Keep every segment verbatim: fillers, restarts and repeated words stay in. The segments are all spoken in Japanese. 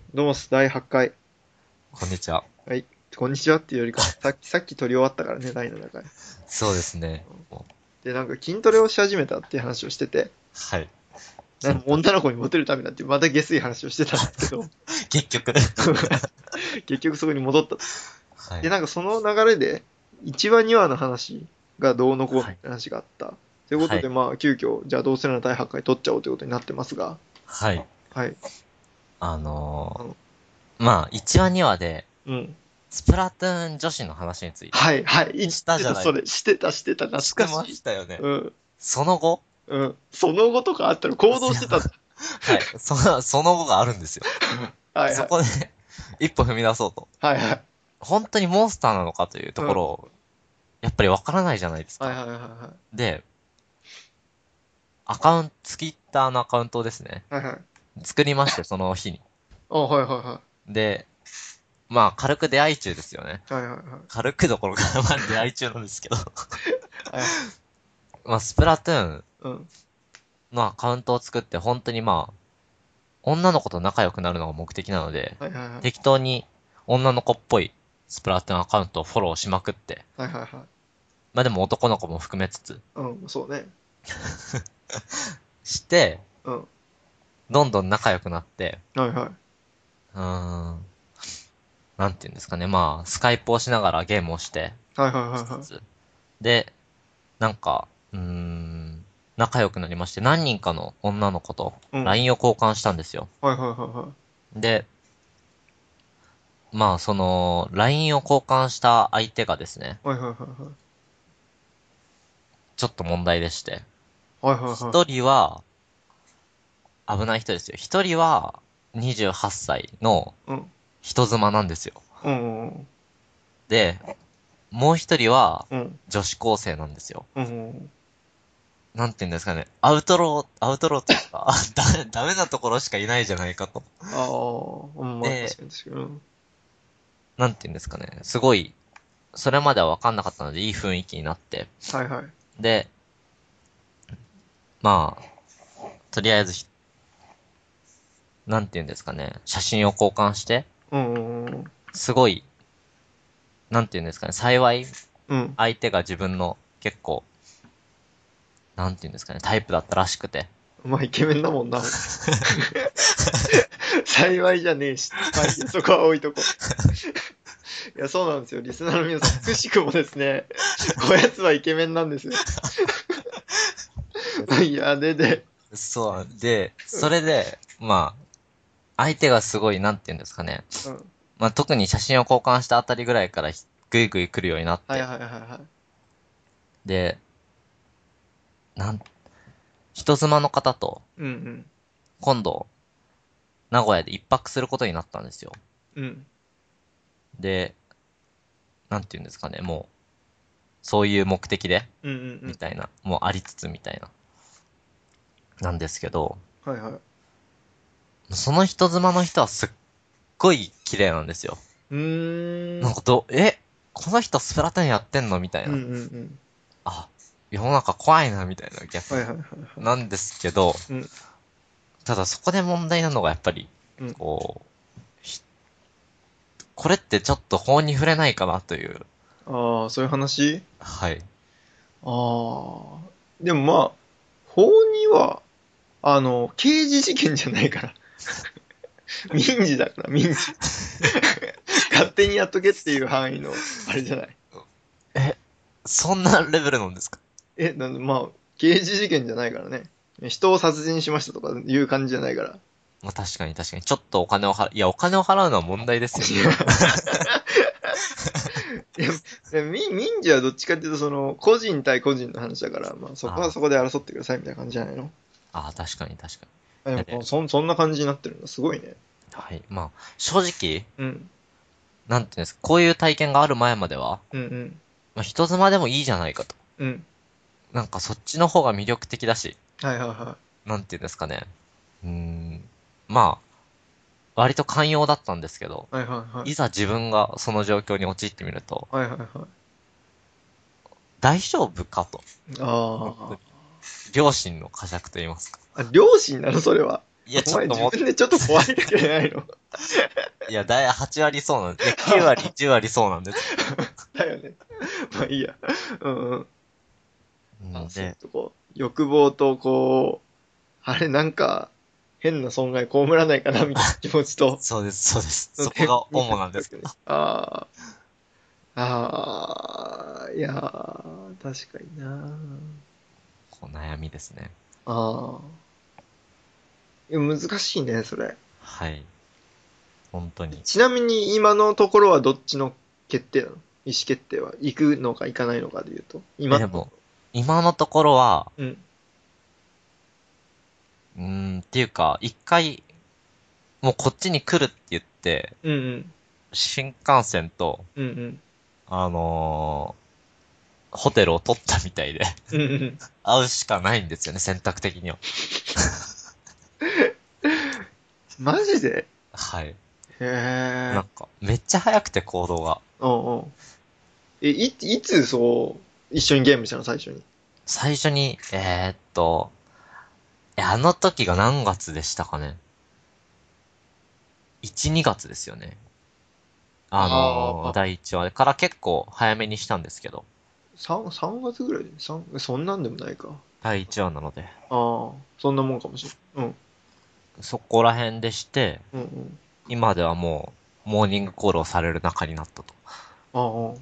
どうもす、だいはちかい。 こんにちは。 はい。こんにちはっていうよりか、さっき、さっき撮り終わったからね、だいななかい。 そうですね。もうで、なんか筋トレをし始めたっていう話をしてて、 はい。 なんか筋トレ。 女の子にモテるためだっていう、また下水話をしてたんですけど、 結局。 結局そこに戻ったと。で、 はい。 なんかその流れで、いちわにわの話がどうのこうのっはい。 て話があった。ということで、 はい。 まあ、急遽、じゃあどうせならだいはちかい撮っちゃおうということになってますが、 はい。 はい。 あのあの、 ー、まあ、いちわにわで、 うん。 スプラトゥーン女子の話について、 はい、はい。言っしたてた、 じゃないですか。 それ。してた、してた、懐してまかしい。 したよね。 うん、 その後うん。その後とかあったら行動してた。 はい。その、その後があるんですよ。 はい、はい。 そこで一歩踏み出そうと。 はい、はい。 本当にモンスターなのかというとうん。 ころを、やっぱりわからないじゃないですか。 はいはいはいはで、アカウント、ツイッターのアカウントをですね、 い。はいはい。 作りまして、その日に。 あ、はいはいはで、まあ、軽く出会い中ですよね。 い。はいはいはい。 軽くどころか、まあ、出会い中なんですけど。 はいはい。 まあ、スプラトゥーンうん。 のアカウントを作って、本当にまあ、女の子と仲良くなるのが目的なので、 はいはいはい。 適当に女の子っぽいスプラトゥーンアカウントをフォローしまくって、 はいはいはい。 まあでも男の子も含めつつ、 うん、そうね。 して、 うん。 どんどん仲良くなって、 はいはい。 うーん、なんていうんですかね、まあ、スカイプをしながらゲームをして、 はいはいはいはい。 しつつ、で、なんか、うーん、仲良くなりまして、何人かの女の子とうん。 ライン を交換したんですよ。 はいはいはいはい。 で、まあ、その、ライン を交換した相手がですね、 はいはいはいはい。 ちょっと問題でして、 はいはいは一人は、危ない人ですよ。一人は、にじゅうはっさいのい。うん。 人妻なんですよ。 うんうんで、もう一人は、 うん。 女子高生なんですよ。 うんうんうん。 なんて言うんですかね。アウトロー、アウトローというか、ダメ、ダメなところしかいないじゃないかと。 ああ、うん、まあ確で、 かに確かに。うん。 なんて言うんですかね。すごい、それまでは分かんなかったので、いい雰囲気になって。 はいはい。 で、まあ、とりあえずひ、なんて言うんですかね。写真を交換して、 うんうんうん。 すごい、なんて言うんですかね。幸い、 うん。 相手が自分の結構、なんて言うんですかね。タイプだったらしくて。 まあイケメンだもんな。幸いじゃねえし。まあいいや、そこは置いとこう。いや、そうなんですよ。リスナーの皆さん、くしくもですね、こやつはイケメンなんですよ。いや、で、で、 そう、で、それで、まあ、相手がすごい、なんて言うんですかね。 うん。 まあ、特に写真を交換したあたりぐらいからひぐいぐい来るようになって。 はいはいはいはい。 で、なん、人妻の方と、 うんうん。 今度、名古屋で一泊することになったんですよ。 うん。 で、なんて言うんですかね、もう、そういう目的で、 うんうんみたいな、もうありつつみたいな、なんですけど、 うん。はいはい。 その人妻の人はすっごい綺麗なんですよ。 うーん。 なんかど、え、この人スプラトゥーンやってんのみたいな。 うんうんうん。 あ、世の中怖いな、みたいな、逆に。 はいはいはいはい。 なんですけど、 うん。 ただそこで問題なのがやっぱり、 うん。 こう、ひこれってちょっと法に触れないかなという。 ああ、そういう話。 はい。 ああ。でもまあ、法には、あの、刑事事件じゃないから。民事だから、民事。勝手にやっとけっていう範囲の、あれじゃない。 え、そんなレベルなんですか？ え、なんで、まあ、刑事事件じゃないからね。人を殺人しましたとかいう感じじゃないから。 まあ確かに確かに。ちょっとお金を払う、いや、お金を払うのは問題ですよ。 いや、いや民民事はどっちかっていうと、その、個人対個人の話だから、まあ、そこはあそこで争ってくださいみたいな感じじゃないの。 あ、ああ、確かに確かあ、でに。 も、 で、 そん、そんな感じになってるんだ。すごいね。 はい。まあ、正直、 うん。 なんていうんですか、こういう体験がある前までは、 うんうん。 まあ、人妻でもいいじゃないかと。 うん。 なんかそっちの方が魅力的だし、 はいはいはなんていうんですかね。うーん。まあ、割と寛容だったんですけど、 い。はいはいはい。 いざ自分がその状況に陥ってみると、 はいはいはい。 大丈夫かと。本当あに。両親の呵責と言いますか。 あ。あ、両親なのそれは。 いや、 お前自ちょっとも、 分でちょっと怖いだけじゃないの。 いや、だいはち割そうなんです。いや、きゅう割、じゅう割そうなんです。 だよね。まあいいや。うんうん。あ、そういううんで、 とこ。欲望とこう、あれなんか、変な損害被らないかなみたいな気持ちと、 そうです、そうです。 のそこが点にな主っちゃうわけね。 なんですけど。 ああ、ああ、いやー、確かにな。 こう悩みですね。 ああ。いや、難しいね、それ。 はい。本当に。 ちなみに今のところはどっちの決定なの？意思決定は。行くのか行かないのかで言うと。 え、 今のとこでも、今のところは、 ろ。うん。 うーん、っていうか、一回、もうこっちに来るって言って、 うんうん。 新幹線と、 うんうん。 あのーホテルを取ったみたいで、 うんうん。 会うしかないんですよね、選択的には。 マジで？ はい。 へえ。 なんか、めっちゃ早くて行動が。 うんうん。え、い、いつそう、一緒にゲームしたの最初に？ 最初に、えーっと、え、あの時が何月でしたかね？ いち、にがつですよね。あのー、 ああ、 第一話から結構早めにしたんですけど、 三、三月ぐらいで三、そんなんでもないか。 第一話なので、 ああ、そんなもんかもしれん。うん。 そこら辺でして、 うんうん。 今ではもう、モーニングコールをされる仲になったと。 ああ、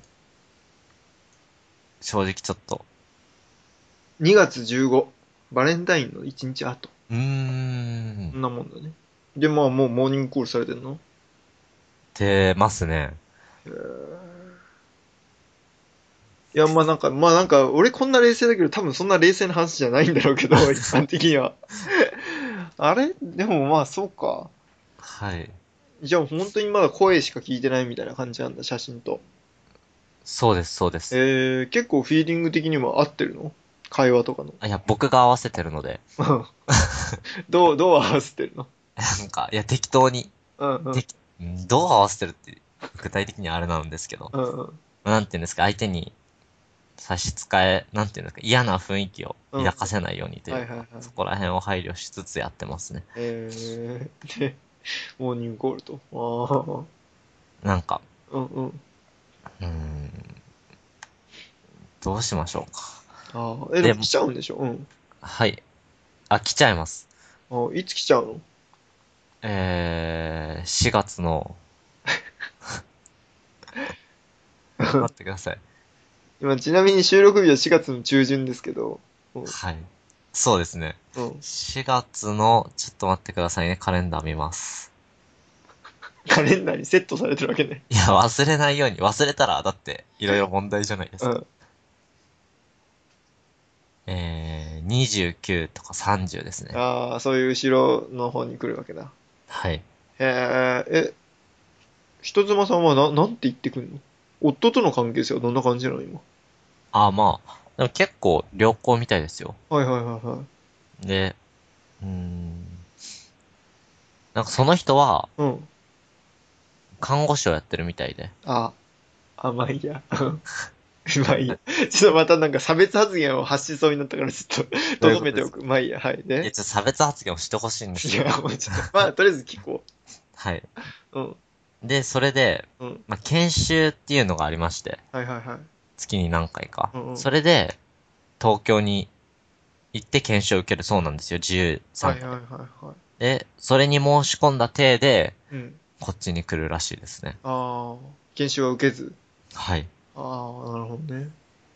正直ちょっと、 にがつじゅうご。バレンタインのいちにち後。 うーん、 そんなもんだね。で、まあもうモーニングコールされてんの？ 出ますね。 へえ。いや、まあなんか、まあなんか、俺こんな冷静だけど、多分そんな冷静な話じゃないんだろうけど、一般的には。あれでもまあそうか。 はい。 じゃあ本当にまだ声しか聞いてないみたいな感じなんだ、写真と。 そうです、そうです。 えー、結構フィーリング的にも合ってるの？会話とかの。 あ、いや、僕が合わせてるので、 どう、どう合わせてるの？ なんか、いや、適当に、 うんうん。 適、んどう合わせてるって、具体的にはあれなんですけど、 うんうん。 なんていうんですか、相手に差し支え、なんていうんですか、嫌な雰囲気をうん。 抱かせないようにというか、 はいはいはい。 そこら辺を配慮しつつやってますね。 えー、で、モーニングコールと。ああ。 なんか、 うんうん。 うーん、どうしましょうか。 ああ。え、でで、 も来ちゃうんでしょ？うん。 はい。あ、来ちゃいます。 ああ、いつ来ちゃうの？ えー、しがつの、待ってください。 今、ちなみに収録日はしがつの中旬ですけど、うん。 はい。そうですね。 うん。 しがつの、ちょっと待ってくださいね。カレンダー見ます。 カレンダーにセットされてるわけね。 いや、忘れないように。忘れたら、だって、いろいろ問題じゃないですか。 うん。 えー、にじゅうくとかさんじゅうですね。 ああ、そういう後ろの方に来るわけだ。 はい。 へえ、え、人妻さんはな、なんて言ってくんの？夫との関係性はどんな感じなの今？ あ、まあ、でも結構良好みたいですよ。 はいはいはいはい。 で、うーん、なんかその人は、 うん。 看護師をやってるみたいで。 あ、あ、まあいいや。まあいいや。ちょっとまたなんか差別発言を発しそうになったからちょっとどういう留めておく。 ことですか？ まあいいや。はい。 いや、 で、 ちょっと差別発言をしてほしいんですよ。 いや、もうちょっと、まあとりあえず聞こはい。 う。うん。 で、それで、 うん。 まあ、研修っていうのがありまして、 はいはいはい。 月に何回か。 うんうん。 それで、東京に行って研修を受けるそうなんですよ。じゅうさんかい。 はいはいはいはい。 で、それに申し込んだ体で、 うん。 こっちに来るらしいですね。 ああ、研修は受けず。 はい。 ああ、なるほどね。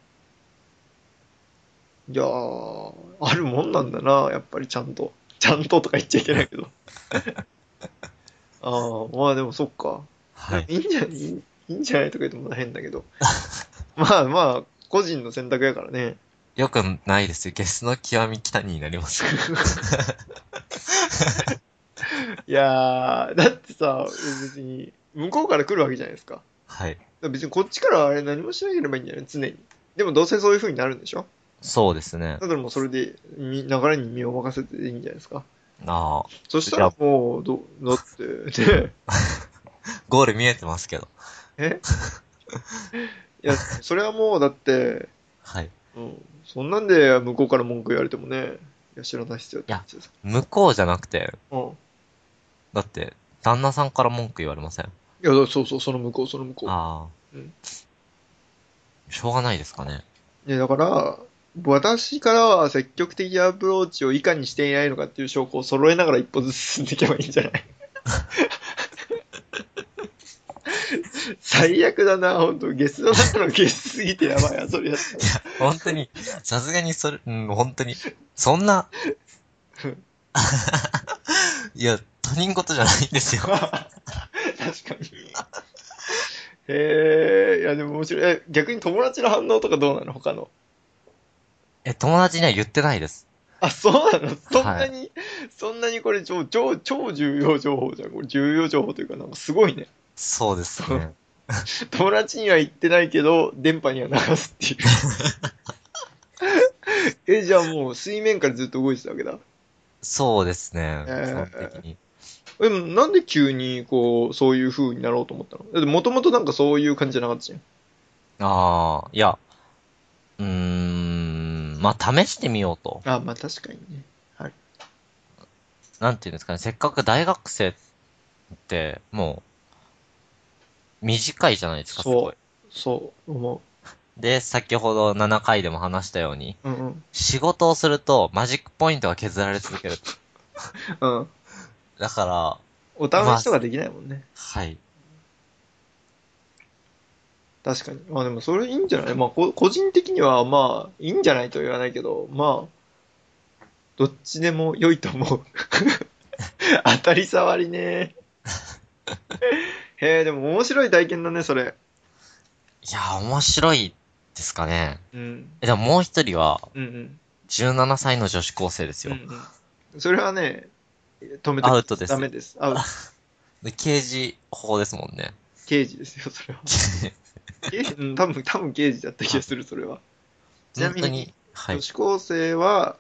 いやー、あるもんなんだな、やっぱりちゃんと。ちゃんととか言っちゃいけないけど。ああ、まあでもそっか。ではい。 もいいんじゃない、いいいいんじゃないとか言っても変だけど。まあまあ、個人の選択やからね。 よくないですよ。ゲスの極み北になりますよ。 いやー、だってさ、別に、向こうから来るわけじゃないですか。だかはい。 ら別にこっちからあれ何もしなければいいんじゃない？常に。でもどうせそういう風になるんでしょ？ そうですね。 だからもうそれで、み流れに身を任せていいんじゃないですか。 ああ。 そしたらじゃあ、 もう、ど、だって、ね、 ゴール見えてますけど。 えいや、それはもうだって、 はい。いうん、そんなんで向こうから文句言われてもね、いや、知らない必要ってや、 話です。 向こうじゃなくて、 うん。 だって、 旦那さんから文句言われません？ いや、そうそう、その向こう、その向こああ。 う。うん。 しょうがないですかね。 ね、だから、私からは積極的アプローチをいかにしていないのかっていう証拠を揃えながら一歩ずつ進んでいけばいいんじゃない最悪だな、ほんと。ゲスの中のゲスすぎてやばいや、それやったいや、本当に、さすがにそれ、うん、本当に、そんな、 ら。 いや、他人事じゃないんですよ。 確かに。へえ、いやでも面白い。え、逆に友達の反応とかどうなの他の。 え、友達には言ってないです。 あ、そうなのそんはい。 なに、そんなにこれ超、超、超重要情報じゃん。これ重要情報というか、なんかすごいね。 そうですね。 友達には言ってないけど、電波には流すっていう。え、じゃあもう水面下でずっと動いてたわけだ。 そうですね。基本的えに。 ー、でもなんで急にこう、そういう風になろうと思ったの？だってもともとなんかそういう感じじゃなかったじゃん。 ああ、いや、うーん、まあ、試してみようと。 あ、まあ確かにね。はい。 なんていうんですかね。せっかく大学生って、もう、短いじゃないですか、すごい。 そう、そう思で、先ほどななかいでも話したように、 う。うんうん。 仕事をするとマジックポイントが削られ続けると。 うん。 だから、 おまあ、 試しとかできないもんね。 はい。 確かに。まあでもそれいいんじゃない？まあこ個人的にはまあいいんじゃないとは言わないけど、まあどっちでも良いと思う。当たり障りね。へえ、でも面白い体験だね、それ。 いや、面白いですかね。 うん。 え、でももう一人は、 うんうん。 じゅうななさいの女子高生ですよ。 うんうん。それはね、止めとアきます。 ウトですよ。 ダメです。アウト。 で、刑事法ですもんね。 刑事ですよ、それは。刑事、うん、多分、多分刑事だった気があ、 する、それは。ちなみに、 本当に、はい。 女子高生は、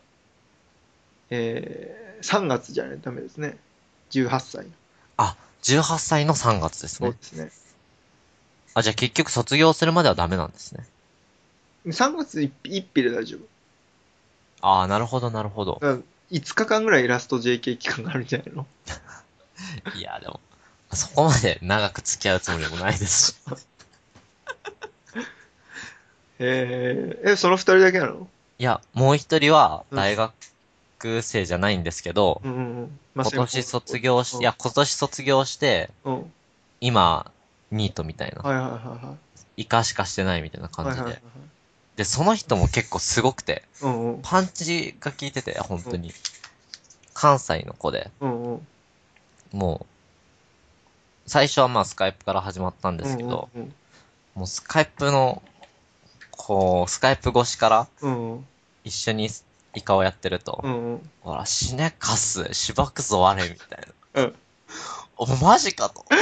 えー、さんがつじゃないとダメですね。じゅうはっさいの。 あ、じゅうはっさいのさんがつですね。 そうですね。 あ、じゃあ結局卒業するまではダメなんですね。 さんがついっ日で大丈夫。 ああ、なるほど、なるほど。 だからいつかかんぐらいラスト ジェーケー 期間があるんじゃないの？ いや、でも、そこまで長く付き合うつもりもないですし。 えー、え、その二人だけなの？ いや、もう一人はうん。 大学生じゃないんですけど、 うんうんうん。まあ、 今専年卒門の方で。 業し、いや、今年卒業して、 うん。うん。 今、ニートみたいな。 はいはいはいはい。 イカしかしてないみたいな感はいはいはいはい。 じで。で、その人も結構すごくて、 うんうん。 パンチが効いてて、本うん当に。関西の子で、 うんうん。 もう、最初はまあスカイプから始まったんでうんすけど、 うんうん。 もうスカイプの、こう、スカイプ越しからうんうん。 一緒にイカをやってると、 うんうん。 ほら、死ねかす、しばくぞ我、みたいな。 うん。 お、マジかと。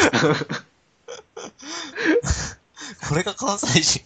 これが関西人。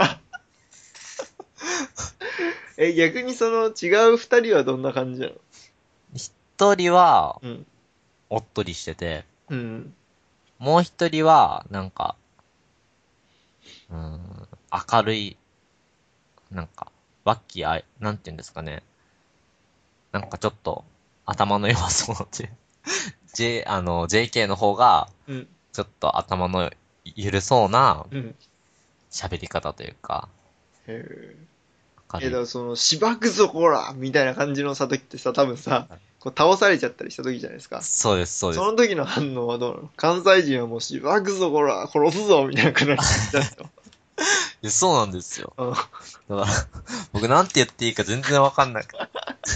え、逆にその違う二人はどんな感じなの？ 一人は、 うん。 おっとりしてて、 うん。 もう一人は、なんか、うーん、明るい、なんか、ワッキーあい、なんて言うんですかね。なんかちょっと、頭の弱そうっていう。J、あの、ジェーケー の方が、 うん。 ちょっと頭の緩そうなうん。 喋り方というか、 へえ。え、だ明るい。 からその、しばくぞこらみたいな感じのさ、時ってさ、多分さ、こう倒されちゃったりした時じゃないですか。 そうです、そうです。 その時の反応はどうなの？関西人はもうしばくぞこら殺すぞみたいな感じだったの。 いや、そうなんですよ。 うん。 だから、僕なんて言っていいか全然わかんなくて。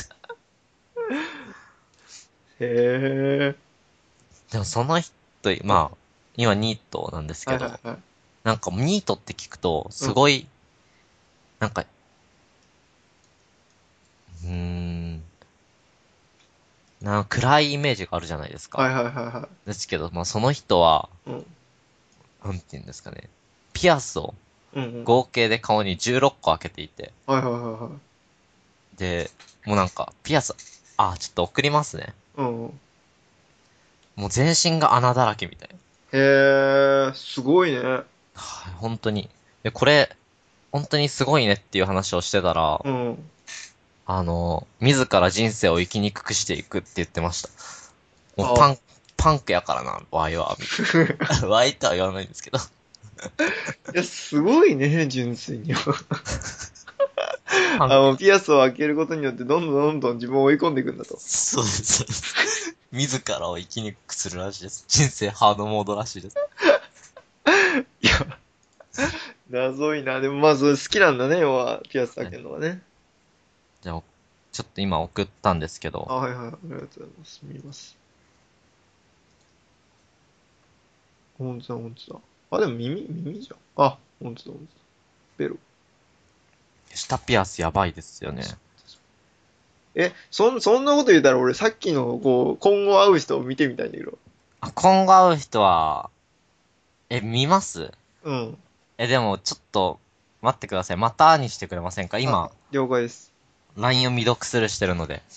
へえ。 でもその人、まあ、今ニートなんですけど、 はいはいはい。 なんかニートって聞くと、 うん。 すごい、なんか、うーん、なんか暗いイメージがあるじゃないですか。 はいはいはいはですけど、まあその人は、 い。うん。 なんて言うんですかね。ピアスをうんうん。 合計で顔にじゅうろっこ開けていて、 はいはいはいはい。 で、もうなんか、ピアス、あ、ちょっと送りますね。 うんうん。 もう全身が穴だらけみたいな。 へえ、すごいね。 はい、本当に。で、これ、本当にすごいねっていう話をしてたら、 うん。 あの、自ら人生を生きにくくしていくって言ってました。もうあ、 パン、 パンクやからな、ワイは。ワイとは言わないんですけど。 いや、すごいね、純粋に。あの、ピアスを開けることによってどんどんどんどん自分を追い込んでいくんだと。 そうです、そうです。自らを生きにくくするらしいです。人生ハードモードらしいです。 いや、謎いな。でもまあ、それ好きなんだね、要は、ピアス開けるのがね。 じゃあ、ちょっと今送ったんですけど。 あ、はいはい。ありがとうございます。見ます。ほんとだ、ほんとだ。あ、でも耳、耳じゃん。あ、ほんとだ、ほんとだ。ベロ。 下ピアスやばいですよね。 え、そん、そんなこと言うたら俺さっきの、こう、今後会う人を見てみたいんだけど。 あ、今後会う人は、え、見ますうん。 え、でも、ちょっと、待ってください。またにしてくれませんかあ、 今、 了解です。 ライン を未読スルーしてるので。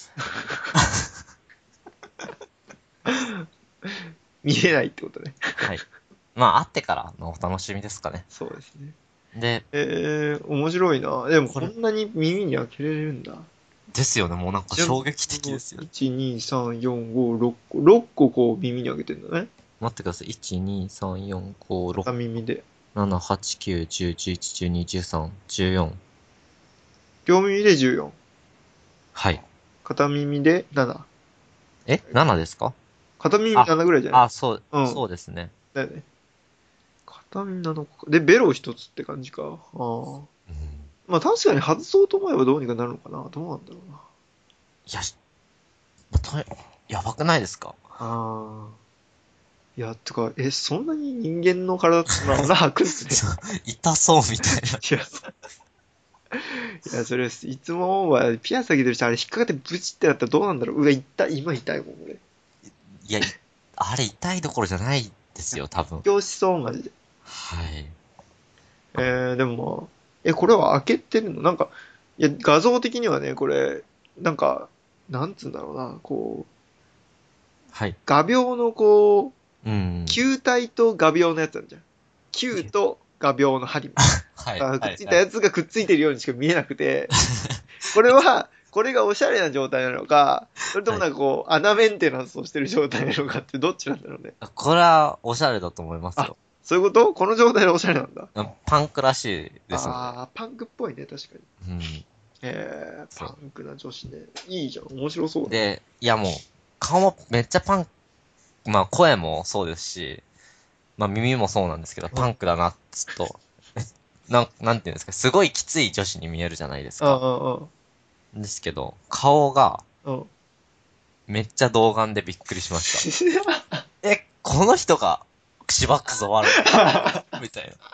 見れないってことね。 はい。まあ、会ってからのお楽しみですかね。 そうですね。 で、 えー、面白いな。でもこれ、 こんなに耳に開けれるんだ。 ですよね。もうなんかちなみに衝撃的ですよね。 いち、に、さん、よん、ご、ろっこ。ろっここう耳に開けてんだね。 待ってください。いち、に、さん、よん、ご、ろく、 片耳で。 なな、はち、きゅう、じゅう、じゅういち、じゅうに、じゅうさん、じゅうよん。 両耳でじゅうよん。 はい。 片耳でなな。 え ?なな ですか？ 片耳あ、 ななぐらいじゃない？ あ、そう、 うん。 そうですね。 だよね。片耳なのか。で、ベロ一つって感じか。ああ。 うん。 まあ確かに外そうと思えばどうにかなるのかな。どうなんだろうな。 いや、しとやばくないですか？ ああ。いや、てか、え、そんなに人間の体ってそんな穴開くんですね。 そう痛そうみたいな。 いや、いや、それ、いつもはピアス開けてる人、あれ引っかかってブチってなったらどうなんだろう。うわ、痛い、今痛いもん、俺。 いや、いあれ痛いどころじゃないですよ、多分。 今日しそう、マジで。 はい。 えー、でもまあ、え、これは開けてるのなんか、いや、画像的にはね、これ、なんか、なんつうんだろうな、こう、 はい。 画鋲のこう、 うん。 球体と画鋲のやつあるじゃん。球と画鋲の針みたいはい、 な。あくっはい、はい。 ついたやつがくっついてるようにしか見えなくて、これは、これがおしゃれな状態なのか、それともはい。 なんかこう、穴メンテナンスをしてる状態なのかってどっちなんだろうね。 これはおしゃれだと思いますあ、 よ。 そういうことこの状態でおしゃれなんだ。 パンクらしいですので。 あー、パンクっぽいね、確かに。 うん。 えー、パそンクな女子ね。いいじゃん、面白そうう。 だね。 で、いやもう、顔もめっちゃパンク、まあ声もそうですし、まあ耳もそうなんですけど、パンクだな、つっと。なん、なんていうんですか、すごいきつい女子に見えるじゃないですうんか。 うんうんですけど、顔がうん。 めっちゃ童顔でびっくりしました。え、この人が、しばくぞ悪みたいな。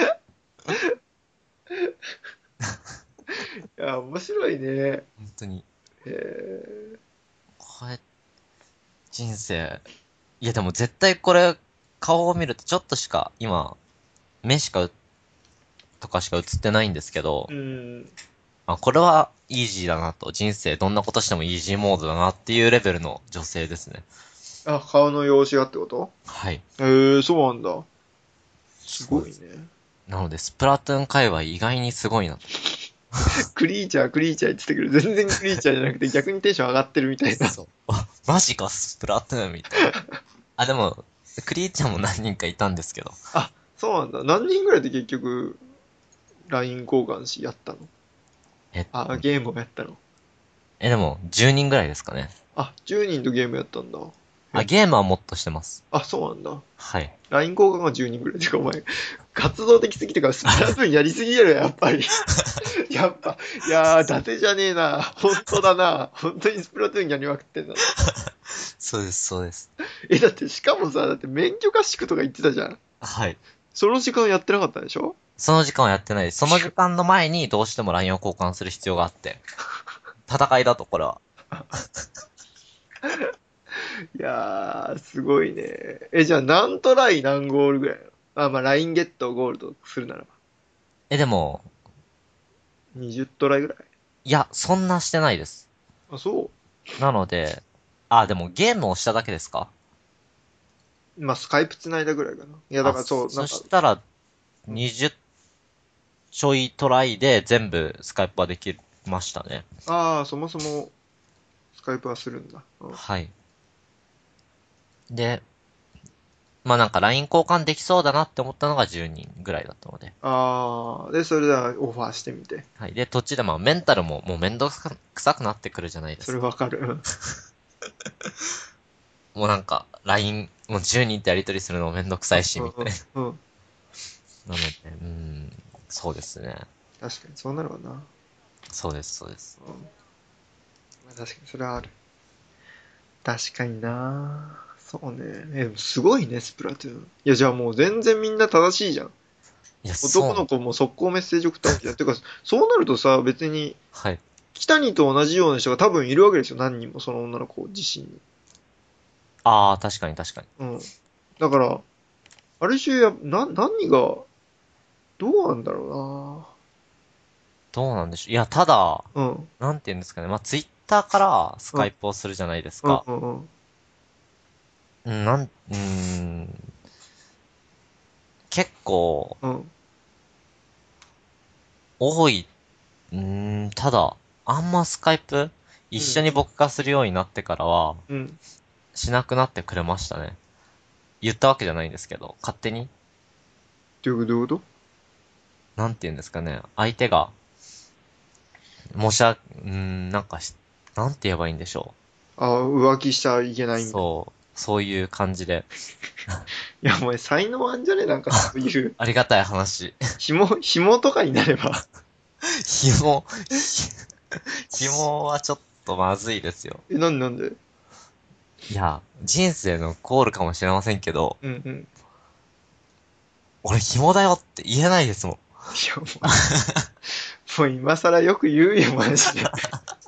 いや、面白いね。 本当に。 へえ。 これ、人生。いやでも絶対これ、顔を見るとちょっとしか、今、目しかう、とかしか映ってないんですけど、 うん。 あ、これはイージーだなと、人生どんなことしてもイージーモードだなっていうレベルの女性ですね。 あ、顔の容姿がってこと？ はい。 へえ、そうなんだ。すそうです。 ごいね。 なので、スプラトゥーン界隈意外にすごいなと。 クリーチャー、クリーチャー言ってたけど、全然クリーチャーじゃなくて逆にテンション上がってるみたいな。 そう。あ、マジか、スプラトゥーンみたいな。あ、でも、クリーチャーも何人かいたんですけど。 あ、そうなんだ。何人ぐらいで結局、ライン 交換しやったの？ えっあ、 と、 ゲームをやったの？ え、でも、じゅうにんぐらいですかね。 あ、じゅうにんとゲームやったんだ。 あ、 え、 ゲームはもっとしてます。 あ、そうなんだ。 はい。 ライン 交換がじゅうにんぐらいてか、お前、活動的すぎてか、スプラトゥーンやりすぎやろ、やっぱり。やっぱ、いやー、伊達じゃねえな。本当だな。本当にスプラトゥーンやりまくってんだな。 そうです、そうです。 え、だって、しかもさ、だって免許合宿とか言ってたじゃん。 はい。 その時間やってなかったでしょ？ その時間はやってないです。その時間の前にどうしても ライン を交換する必要があって。戦いだと、これは。 いやー、すごいね。え、じゃあ何トライ何ゴールぐらいなの？あ、まあ、ラインゲットゴールドするならば。 え、でも、 にじゅうトライぐらい？ いや、そんなしてないです。 あ、そなので、あ、でもゲームをしただけですか？ う。まあ、スカイプ繋いだぐらいかな。いや、だあ、 からそう、なんそか、 したら、 うん、 にじゅうちょいトライで全部スカイプはできましたね。 ああ、そもそもスカイプはするんだ。うん、 はい。 で、まあなんか ライン 交換できそうだなって思ったのがじゅうにんぐらいだったので。 ああ、で、それではオファーしてみて。 はい。で、途中でまあメンタルももうめんどくさくなってくるじゃないでそすか。 れわかる。うん。 もうなんか ライン、もうじゅうにんってやり取りするのもめんどくさいし、みたいな。 うん。うん。 なので、うん、そうですね。 確かにそうなるわな。うん。 そうです、そうです。 まあ確かにそれはある。確かにな。そうね。え、でもすごいね、スプラトゥーン。いや、じゃあもう全然みんな正しいじゃん。 いや、 男そう、 の子も速攻メッセージ送ったわけじゃん。てか、そうなるとさ、別に、 はい。 北にと同じような人が多分いるわけですよ。何人も、その女の子自身に。 ああ、確かに確かに。 うん。だから、ある種や、な、何が、どうなんだろどうなんでしょう。いや、ただ、 うな。うん。 なんて言うんですかね。まあ、ツイッターからスうん。 カイプをするじゃないですうん。 か。 うん。うん。 うん、なん、うーん、結構、 うん。 多い。うーん、ただ、あんまスカイプ、一うん。 緒に僕がするようになってからは、 うん。 しなくなってくれましたね。言ったわけじゃないんですけど、勝手に、 どういうことどういうこなんて言うんですかね。相手が、もしゃ、うーん、なんかし、なんて言えばいいんでしょとあ、浮気しちゃいけなう。 いみたいな。 そう、そういう感じで。 いや、お前才能あんじゃねなんかそういう、 ありがたい話。 紐、紐とかになれば。 紐、ひ紐はちょっとまずいですよ。 え、なんでなんで？ いや、人生のゴールかもしれませんけど、 うんうん。 俺紐だよって言えないですもん。 いや、もう、もう今更よく言うよ、マジで。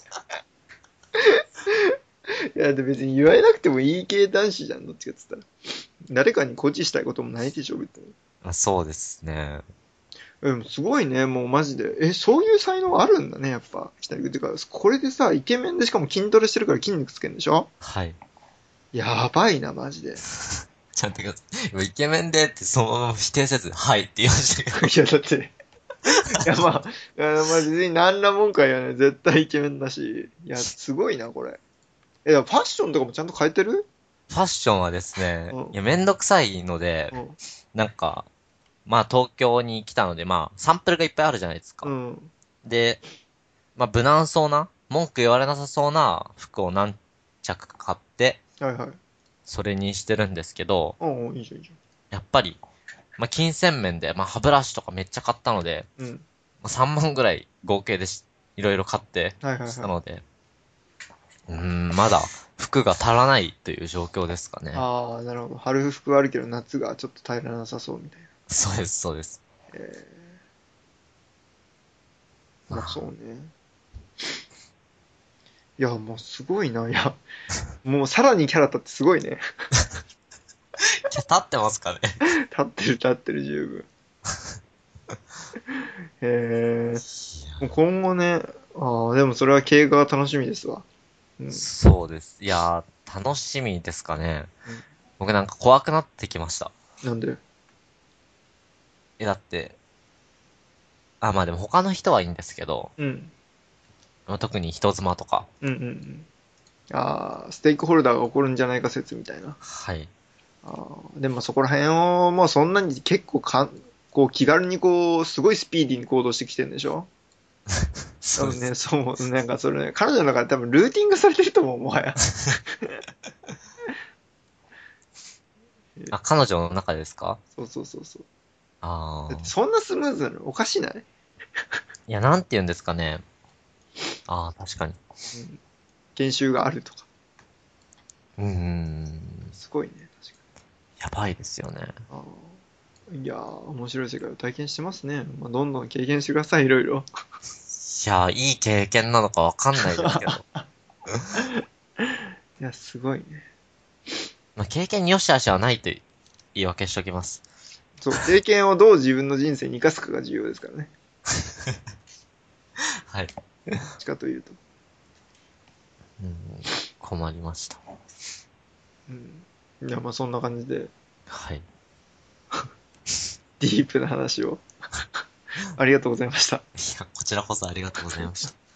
いや、で別に言われなくてもいい系男子じゃん、どっちかっつったら。誰かに誇示したいこともないでしょ、別に。 まあそうですね。 うん、すごいね、もうマジで。え、そういう才能あるんだね、やっぱ。北陸ってか、これでさ、イケメンでしかも筋トレしてるから筋肉つけんでしょ？ はい。 やばいな、マジで。 ちゃんとください。今イケメンでってそのまま否定せず、はいって言いましたけど。 いや、だって、いや、まあ、いやまあ、別に何ら文句は言わない。絶対イケメンだし。いや、すごいな、これ。え、ファッションとかもちゃんと変えてる？ ファッションはですね、 うん、 いや、めんどくさいので、 うん、 なんか、まあ東京に来たので、まあサンプルがいっぱいあるじゃないですか。 うん。 で、まあ無難そうな、文句言われなさそうな服を何着か買って、 はいはい。 それにしてるんですけど、 うん、いいじゃん、いいじやっぱり、まあ金銭面で、まあ歯ブラシとかめっちゃ買ったので、 ゃん。うん。 まあさんまんぐらい合計でし、いろいろ買ってはいはいはい。 したので、うーん、まだ服が足らないという状況ですかね。 ああ、なるほど。春服はあるけど、夏がちょっと耐えられなさそうみたいな。 そうです、そうです。 えー、 ままあそうあ、 ね。いや、もうすごいな。いや、もうさらにキャラ立ってすごいね。 立ってますかね。 立ってる立ってる十分。へえ。もう今後ね、ああ、でもそれは経過が楽しみですわ。うん。 そうです。いやー、楽しみですかね。 うん。 僕なんか怖くなってきました。 なんで？ え、だって、あ、まあでも他の人はいいんですけど、 うん。 まあ特に人妻とか、 うんうんうん。ああ、ステークホルダーが起こるんじゃないか説みたいな。 はい。 ああ、でもそこら辺をもうそんなに結構かん、こう気軽にこう、すごいスピーディーに行動してきてるんでしょ？多分ね、 そうです。 そう、なんかそれね、彼女の中で多分ルーティングされてると思う、もはや。 あ、彼女の中でですか？ そうそうそうそう。だってああそんなスムーズなのおかしない？ ー。いや、なんて言うんですかね。ああ、確かに。 うん。研修があるとか。 うーん。 すごいね、確かやばいですよね。 に。ああ。いやー、面白い世界を体験してますね。まあ、どんどん経験してください、いろいろ。 いやー、いい経験なのかわかんないですけど。 いや、すごいね。 まあ、経験に良し悪しはないと言い訳しときます。 そう、経験をどう自分の人生に生かすかが重要ですからね。 はい。 どっちかというと。 うん、困りました。 うん。いや、まあそんな感じで、 はい。いディープな話をありがとうございました。 や、こちらこそありがとうございました。